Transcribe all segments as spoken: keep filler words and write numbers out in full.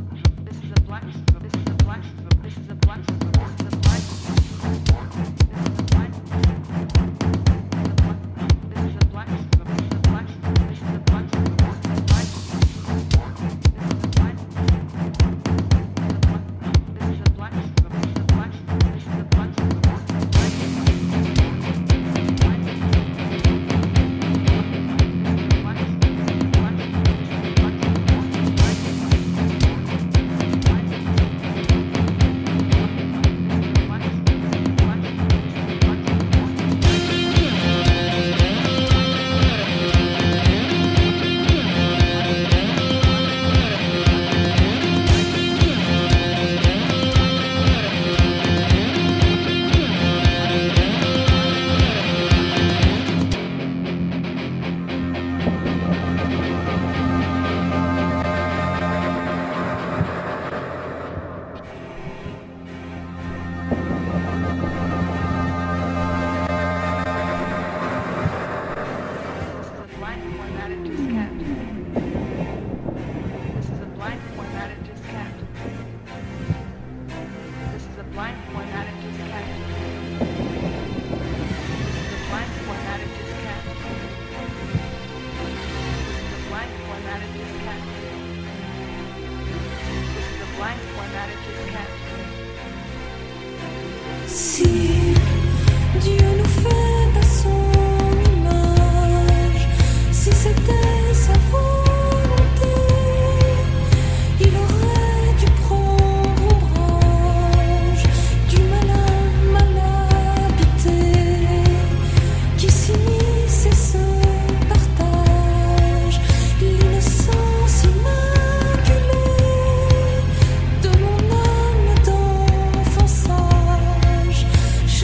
De mon âme d'enfant sage,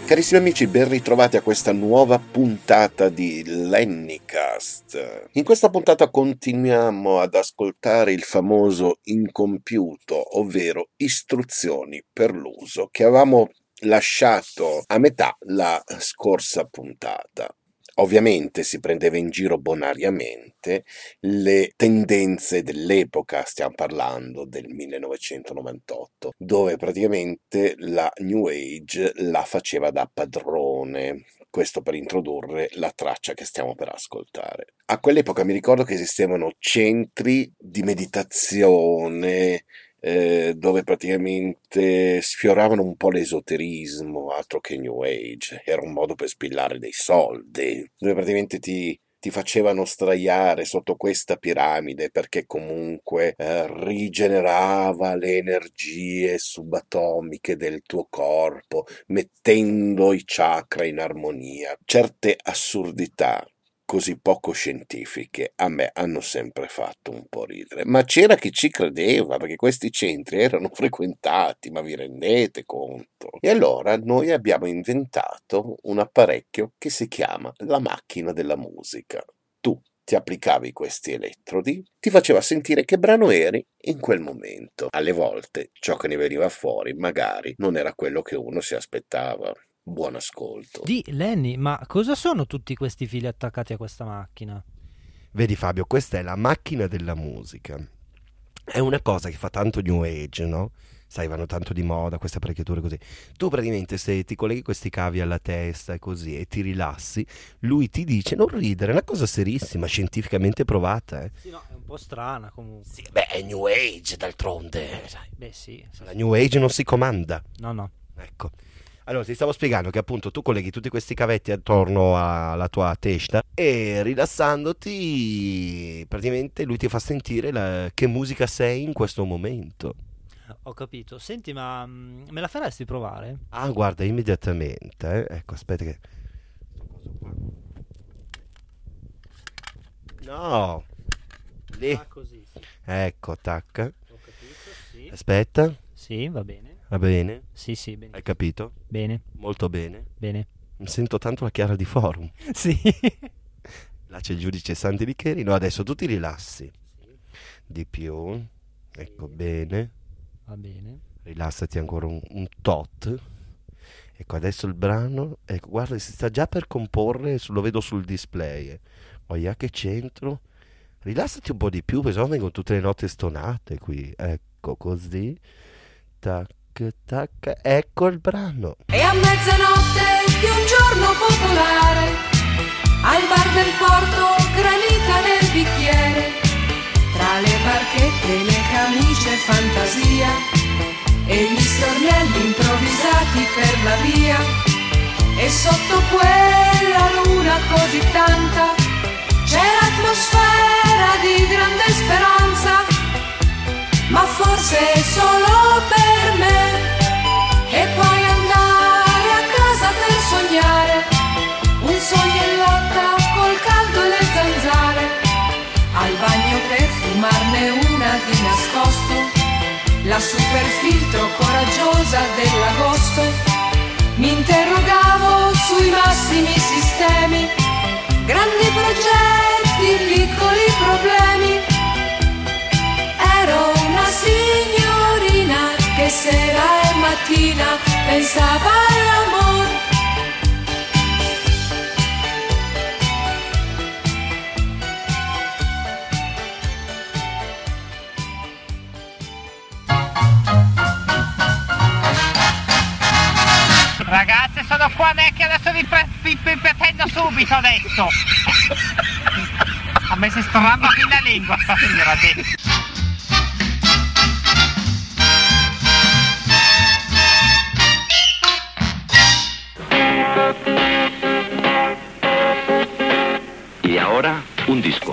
Carissimi amici, ben ritrovati a questa nuova puntata di Lennycast. In questa puntata continuiamo ad ascoltare il famoso incompiuto, ovvero istruzioni per l'uso, che avevamo lasciato a metà la scorsa puntata. Ovviamente si prendeva in giro bonariamente le tendenze dell'epoca, stiamo parlando del millenovecentonovantotto, dove praticamente la New Age la faceva da padrone, questo per introdurre la traccia che stiamo per ascoltare. A quell'epoca mi ricordo che esistevano centri di meditazione, Eh, dove praticamente sfioravano un po' l'esoterismo, altro che New Age, era un modo per spillare dei soldi, dove praticamente ti, ti facevano straiare sotto questa piramide perché comunque eh, rigenerava le energie subatomiche del tuo corpo, mettendo i chakra in armonia. Certe assurdità così poco scientifiche a me hanno sempre fatto un po' ridere, ma c'era chi ci credeva perché questi centri erano frequentati, ma vi rendete conto? E allora noi abbiamo inventato un apparecchio che si chiama la macchina della musica. Tu ti applicavi questi elettrodi, ti faceva sentire che brano eri in quel momento. Alle volte ciò che ne veniva fuori magari non era quello che uno si aspettava. Buon ascolto. Di Lenny, ma cosa sono tutti questi fili attaccati a questa macchina? Vedi Fabio, questa è la macchina della musica. È una cosa che fa tanto New Age, no? Sai, vanno tanto di moda queste apparecchiature così. Tu praticamente se ti colleghi questi cavi alla testa e così e ti rilassi, lui ti dice non ridere, è una cosa serissima, scientificamente provata. Eh. Sì, no, è un po' strana comunque. Sì, beh, è New Age d'altronde. Sai. Beh, sì, sì. La New Age non si comanda. No, no. Ecco. Allora, ti stavo spiegando che appunto tu colleghi tutti questi cavetti attorno alla tua testa e rilassandoti praticamente lui ti fa sentire la... che musica sei in questo momento. Ho capito. Senti, ma mh, me la faresti provare? Ah, guarda, immediatamente. Eh. Ecco, aspetta che... No! Lì. Ah, così. Sì. Ecco, tac. Ho capito, sì. Aspetta. Sì, va bene. Va bene? Sì, sì, bene. Hai capito? Bene. Molto bene. Bene. Mi sento tanto la Chiara di Forum. Sì. Là c'è il giudice Santi Licheri. No, adesso tu ti rilassi. Di più. Ecco, bene. Va bene. Rilassati ancora un, un tot. Ecco, adesso il brano. Ecco, guarda, si sta già per comporre. Lo vedo sul display. Eh. Oia, che c'entro. Rilassati un po' di più, perché sennò vengono tutte le note stonate qui. Ecco, così. Tac. Tac, ecco il brano. E a mezzanotte di un giorno popolare, al bar del porto granita nel bicchiere, tra le barchette, le camicie fantasia e gli stornelli improvvisati per la via, e sotto quella luna così tanta c'era atmosfera di grande speranza, ma forse solo per me. E poi andare a casa per sognare un sogno in lotta col caldo e le zanzare, al bagno per fumarne una di nascosto, la super filtro coraggiosa dell'agosto. Mi interrogavo sui massimi sistemi, grandi progetti, piccoli problemi. Ero una signorina che sera e mattina pensava all'amor. Ragazze, sono qua, Necchi, adesso vi, pre- vi, vi pretendo subito adesso. A me si stramba qui la lingua stasera, te. Y ahora, un disco.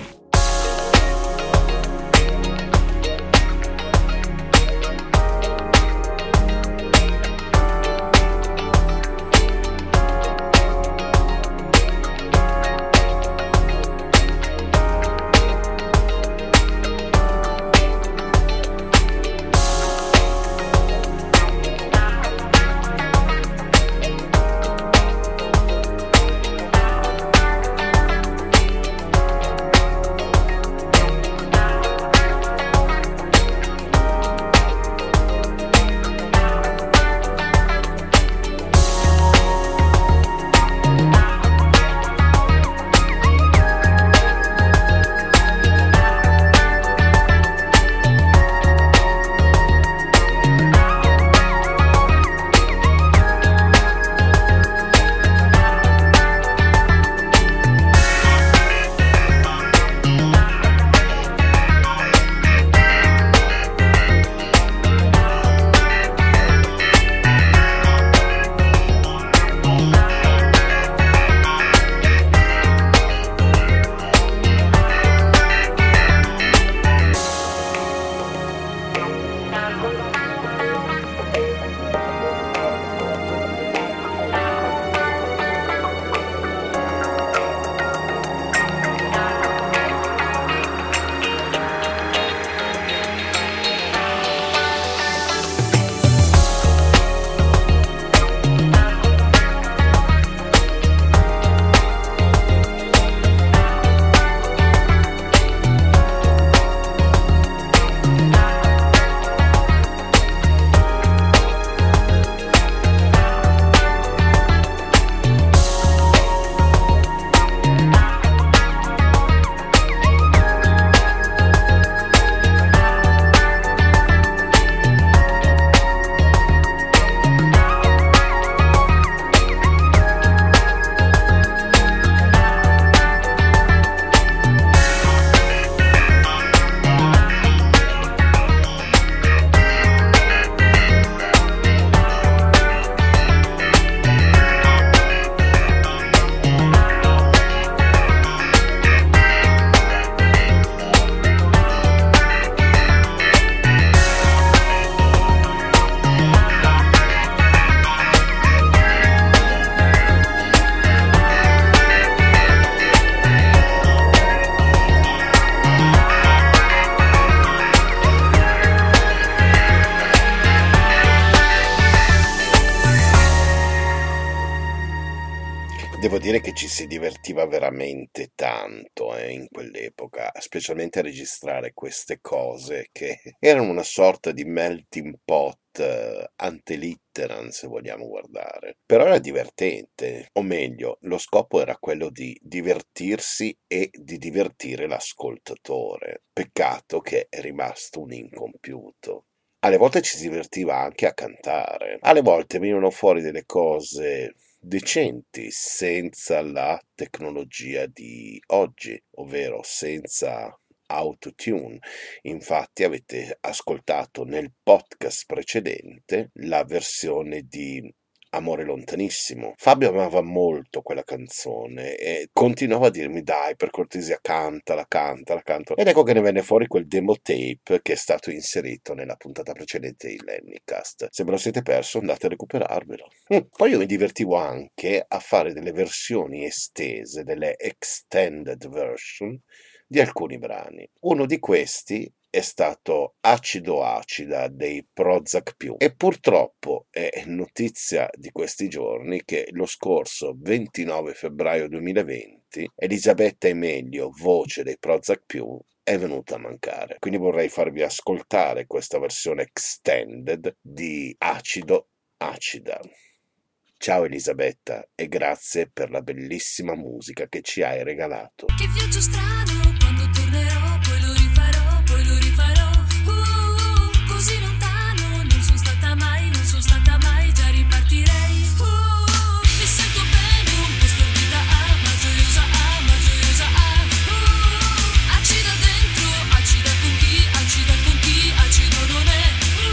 Devo dire che ci si divertiva veramente tanto eh, in quell'epoca, specialmente a registrare queste cose che erano una sorta di melting pot eh, ante litteram, se vogliamo guardare. Però era divertente, o meglio, lo scopo era quello di divertirsi e di divertire l'ascoltatore. Peccato che è rimasto un incompiuto. Alle volte ci si divertiva anche a cantare, alle volte venivano fuori delle cose decenti senza la tecnologia di oggi, ovvero senza autotune. Infatti avete ascoltato nel podcast precedente la versione di Amore lontanissimo. Fabio amava molto quella canzone e continuava a dirmi dai, per cortesia cantala, cantala, cantala. Ed ecco che ne venne fuori quel demo tape che è stato inserito nella puntata precedente di Lennycast. Se ve lo siete perso andate a recuperarvelo. Mm. Poi io mi divertivo anche a fare delle versioni estese, delle extended version di alcuni brani. Uno di questi è stato Acido Acida dei Prozac più e purtroppo è notizia di questi giorni che lo scorso ventinove febbraio duemilaventi Elisabetta Emelio, voce dei Prozac più, è venuta a mancare. Quindi vorrei farvi ascoltare questa versione extended di Acido Acida. Ciao Elisabetta e grazie per la bellissima musica che ci hai regalato. Che viaggio strano, quando tornerò poi lo rifarò, poi lo rifarò. Uh, uh, così lontano, non sono stata mai, non sono stata mai, già ripartirei. Uh, mi sento bene, un po' stordita, ah, ma gioiosa, ah, ma gioiosa, ah. Uh, acida dentro, acida con chi, acida con chi, acido non è.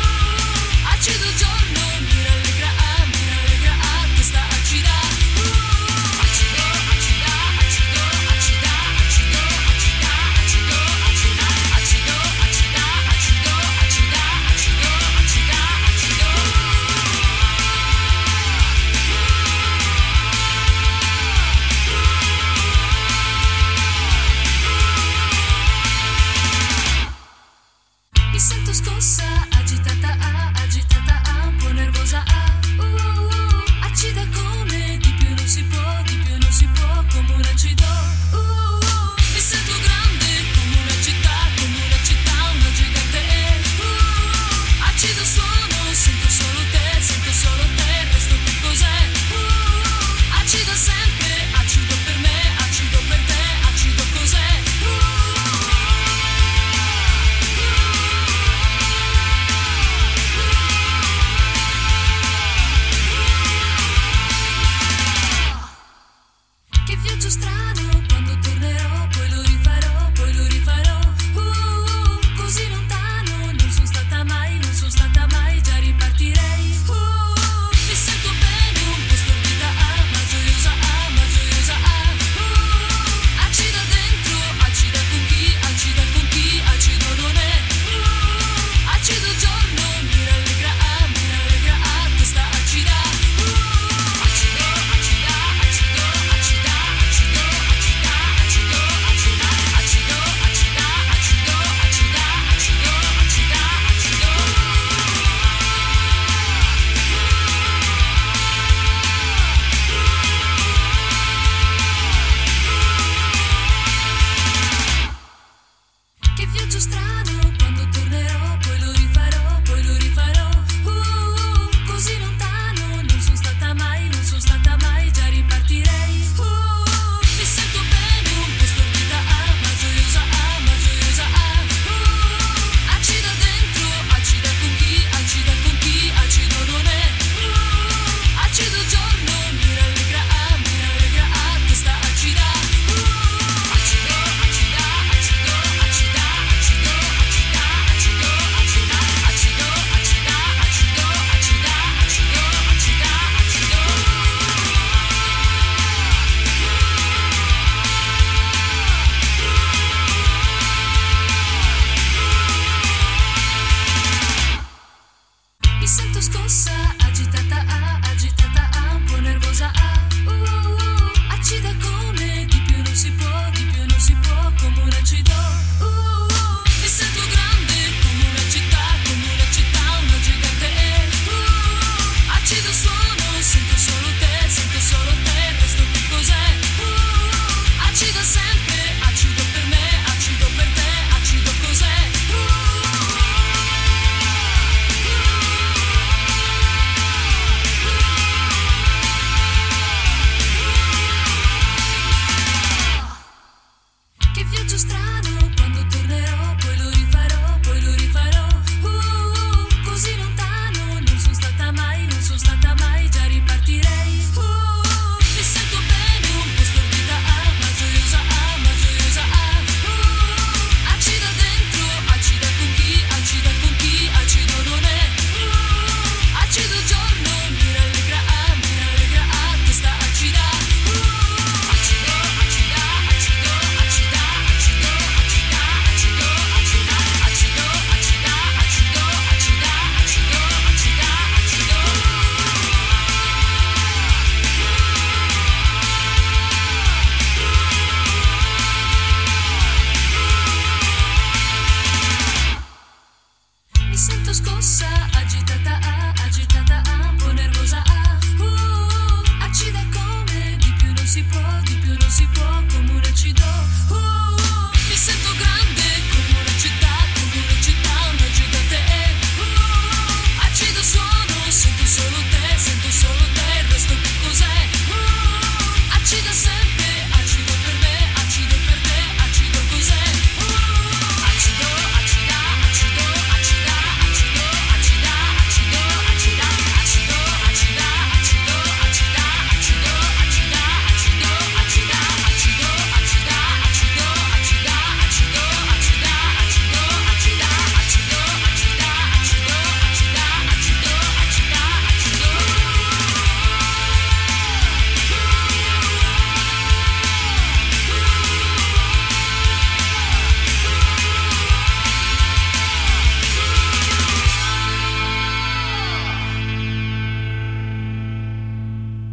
Uh, acido giorno, mi rallegra, ah, mi rallegra, ah, questa acida. Uh, acido, acida, acido, acida, acido, acida, acido.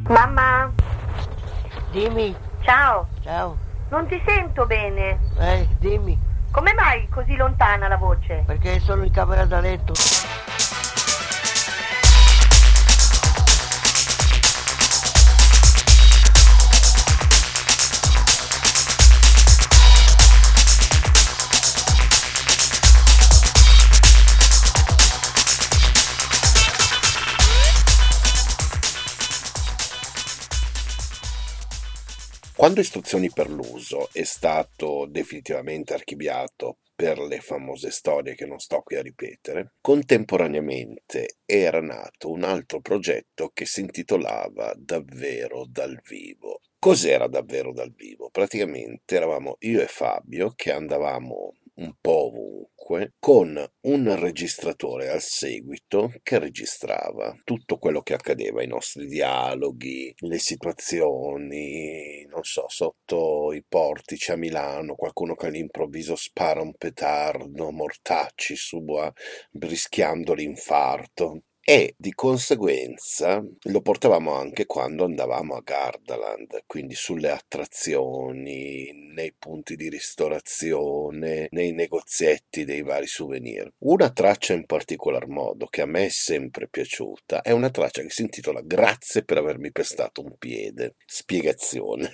Mamma? Dimmi. Ciao. Ciao. Non ti sento bene. Eh, dimmi. Come mai così lontana la voce? Perché sono in camera da letto. Quando Istruzioni per l'uso è stato definitivamente archiviato per le famose storie che non sto qui a ripetere, contemporaneamente era nato un altro progetto che si intitolava Davvero dal vivo. Cos'era Davvero dal vivo? Praticamente eravamo io e Fabio che andavamo un po' ovunque con un registratore al seguito che registrava tutto quello che accadeva, i nostri dialoghi, le situazioni, non so, sotto i portici a Milano, qualcuno che all'improvviso spara un petardo, mortacci su, rischiando l'infarto. E di conseguenza lo portavamo anche quando andavamo a Gardaland, quindi sulle attrazioni, nei punti di ristorazione, nei negozietti dei vari souvenir. Una traccia in particolar modo che a me è sempre piaciuta è una traccia che si intitola Grazie per avermi pestato un piede. Spiegazione.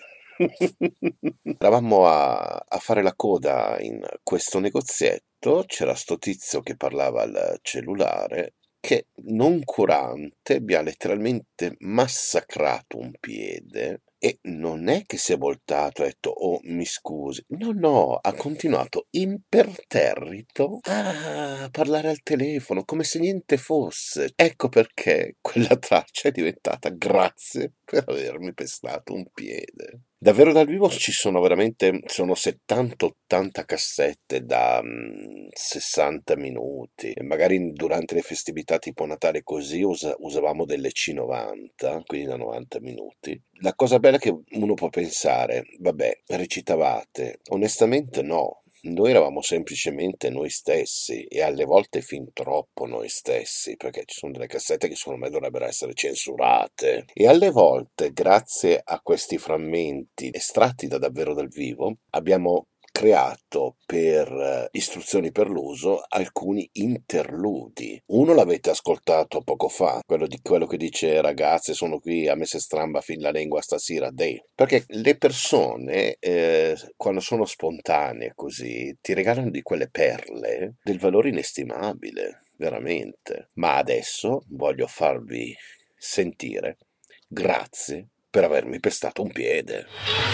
Eravamo a, a fare la coda in questo negozietto, c'era sto tizio che parlava al cellulare che noncurante mi ha letteralmente massacrato un piede e non è che si è voltato e ha detto oh mi scusi, no no, ha continuato imperterrito a parlare al telefono come se niente fosse. Ecco perché quella traccia è diventata Grazie per avermi pestato un piede. Davvero dal vivo ci sono veramente, sono settanta ottanta cassette da um, sessanta minuti, e magari durante le festività tipo Natale così usa, usavamo delle C novanta, quindi da novanta minuti. La cosa bella è che uno può pensare, vabbè, recitavate, onestamente no. Noi eravamo semplicemente noi stessi e alle volte fin troppo noi stessi, perché ci sono delle cassette che secondo me dovrebbero essere censurate. E alle volte, grazie a questi frammenti estratti da Davvero dal vivo, abbiamo creato per uh, Istruzioni per l'uso alcuni interludi. Uno l'avete ascoltato poco fa, quello di quello che dice ragazze sono qui, a me se stramba fin la lingua stasera, dei. Perché le persone eh, quando sono spontanee così ti regalano di quelle perle del valore inestimabile, veramente. Ma adesso voglio farvi sentire Grazie per avermi pestato un piede.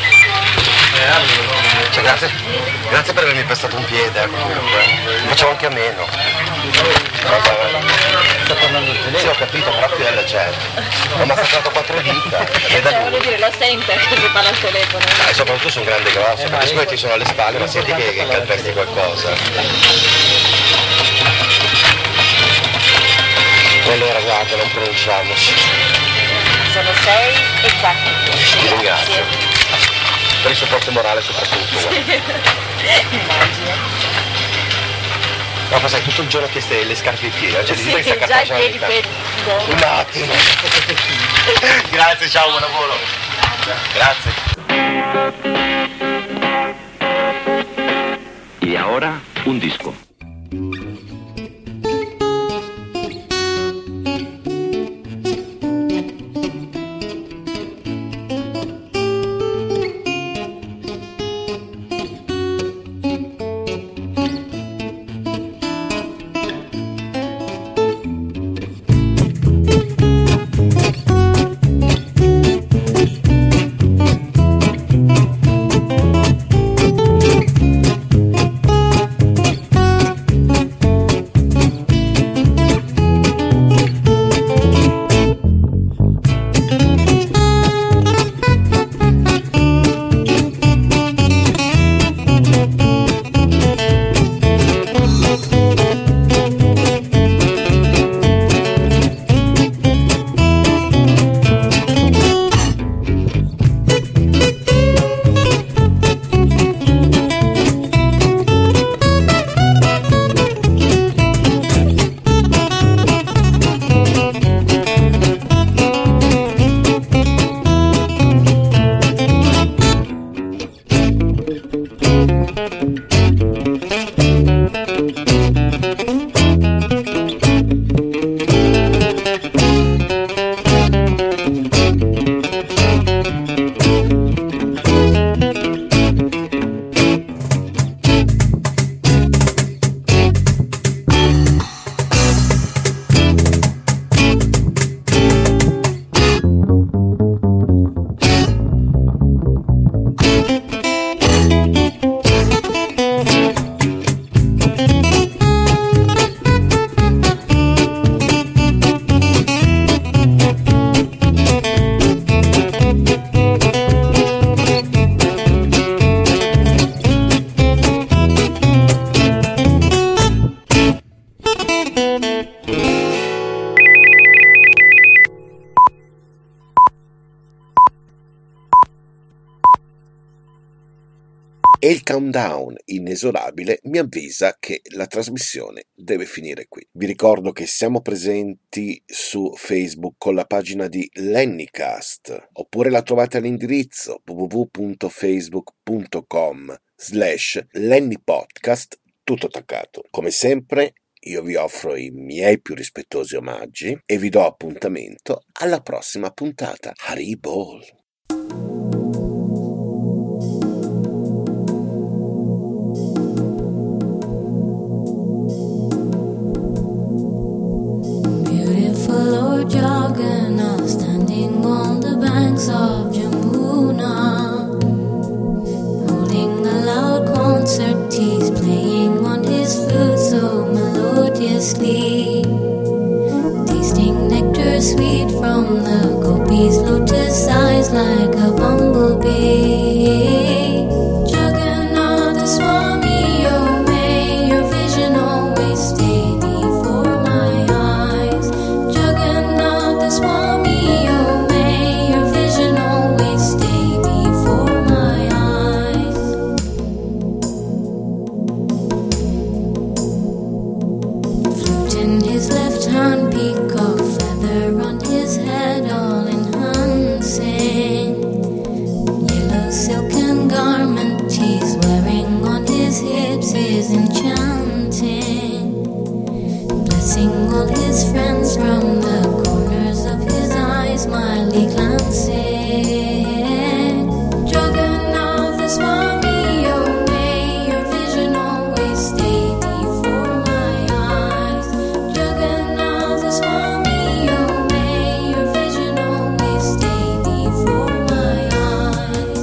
Cioè, grazie, grazie per avermi pestato un piede, comunque. Facciamo anche a meno. Sta parlando il telefono. Sì, ho capito, però Fiorella c'è. Ho massacrato quattro dita. E da voglio dire, lo sente che si parla al telefono. Ah, soprattutto su un grande grosso, capisco che ti sono alle spalle, ma senti che, che calpesti qualcosa. Allora guarda, non pronunciamoci. Sono sei e quattro. Ti ringrazio. Per il supporto morale soprattutto. Immagino. Ma passai tutto il giorno che stai le scarpe ai piedi, cioè sì, di questa già i cartaccia piedi per... un attimo. Grazie, ciao, buon lavoro. Grazie. Y ahora un disco. e il countdown inesorabile mi avvisa che la trasmissione deve finire qui. Vi ricordo che siamo presenti su Facebook con la pagina di Lennycast, oppure la trovate all'indirizzo w w w punto facebook punto com slash lennypodcast, tutto attaccato. Come sempre io vi offro i miei più rispettosi omaggi e vi do appuntamento alla prossima puntata. Haribol! Lord Jagannath standing on the banks of Jamuna, holding a loud concert, he's playing on his flute so melodiously, tasting nectar sweet from the gopi's lotus eyes like a bumblebee. Jagannath Swami, oh may your vision always stay before my eyes. Jagannath Swami, oh may your vision always stay before my eyes. Flute in his left hand, peacock feather on his head, all enhancing. Yellow silken garment he's wearing on his hips is enchanting, blessing all his friends from the corners of his eyes, mildly glancing. Jagannath Swami, oh may your vision always stay before my eyes. Jagannath Swami, oh may your vision always stay before my eyes.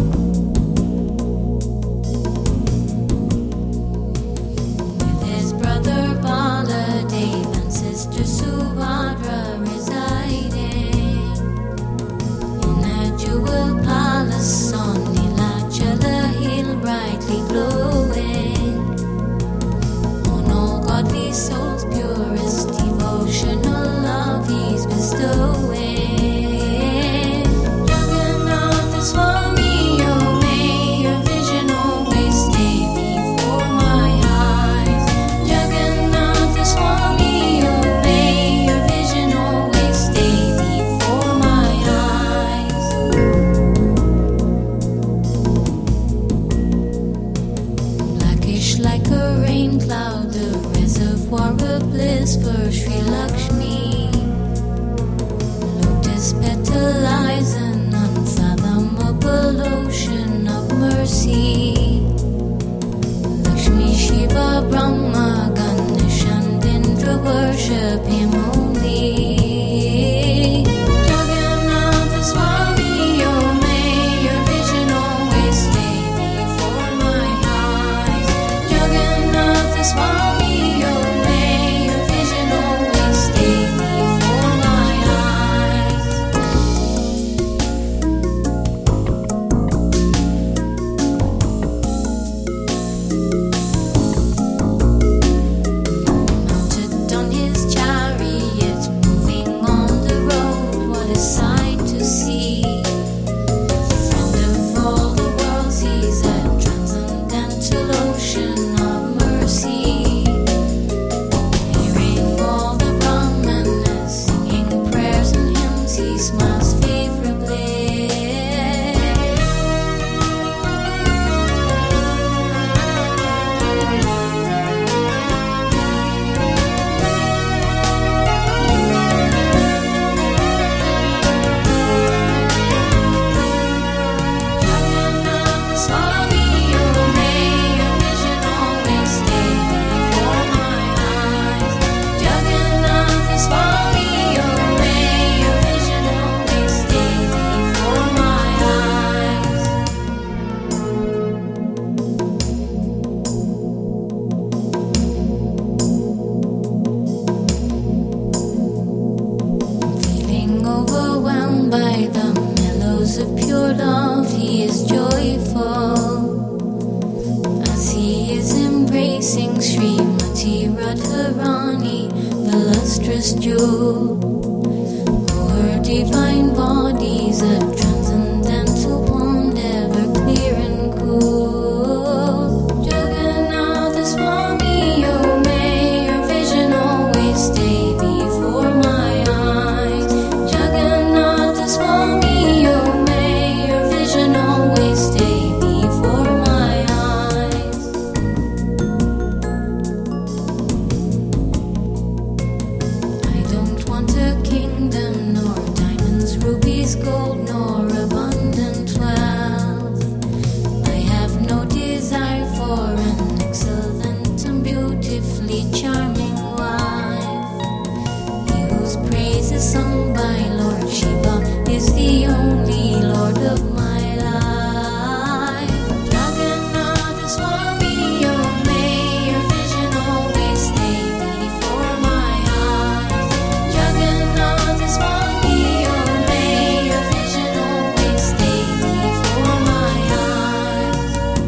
With his brother Baladev and sister Subhadra residing in a jewel palace on Nilachala hill, brightly glowing, on all godly souls purest devotional love he's bestowing. Jagannath Swami, oh may your vision always stay before my eyes. Jagannath Swami, oh may your vision always stay before my eyes. Blackish like a rain cloud, the reservoir of bliss for Sri Lakshmi. Lotus petal eyes, an unfathomable ocean of mercy. Lakshmi, Shiva, Brahma, Ganesh and Indra worship him only. Jagannath Swami, oh may your vision always stay before my eyes. Jagannath Swami, oh may your vision always stay before my eyes. Mounted on his chariot, moving on the road, what a sight to see. Friend of all the worlds, he's a transcendental ocean of mercy. Hearing all the Brahmanas singing prayers and hymns, he smiles favorably. Jagannath Swami, oh may your vision always stay before my eyes. Jagannath Swami, oh may your vision always stay before my eyes. Feeling overwhelmed by the mellows of pure love, he is joyful as he is embracing Srimati Radharani, the lustrous jewel. Oh, her divine body's a transcendental pond, ever clear and cool. rubies, gold, nor abundant wealth. I have no desire for an excellent and beautifully charming wife. He whose praise is sung by Lord Shiva is the only Lord of my life. Jagannath Swami, oh may your vision always stay before my eyes. Jagannath Swami, oh may your vision always stay before my eyes.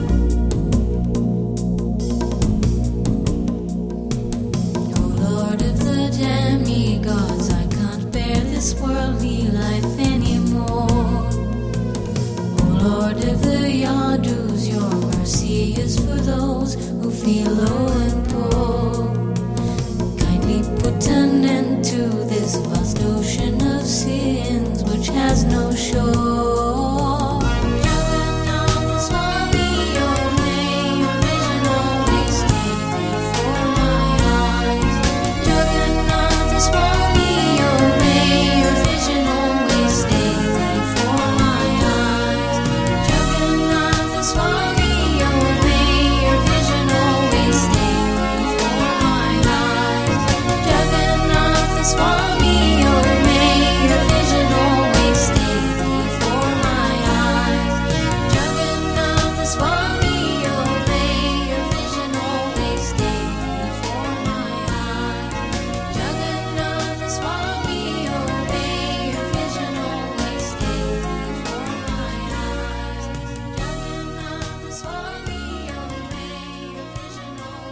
Oh Lord of the demigods, I can't bear this worldly life anymore. Oh Lord of the Yadus, your mercy is for those who feel low and poor. Kindly put an end to this vast ocean of sins which has no shore. Jagannath Swami, oh may your vision always stay before my eyes. Jagannath Swami, oh may your vision always stay before my eyes. Jagannath Swami, oh may your vision always stay before my eyes. Jagannath Swami.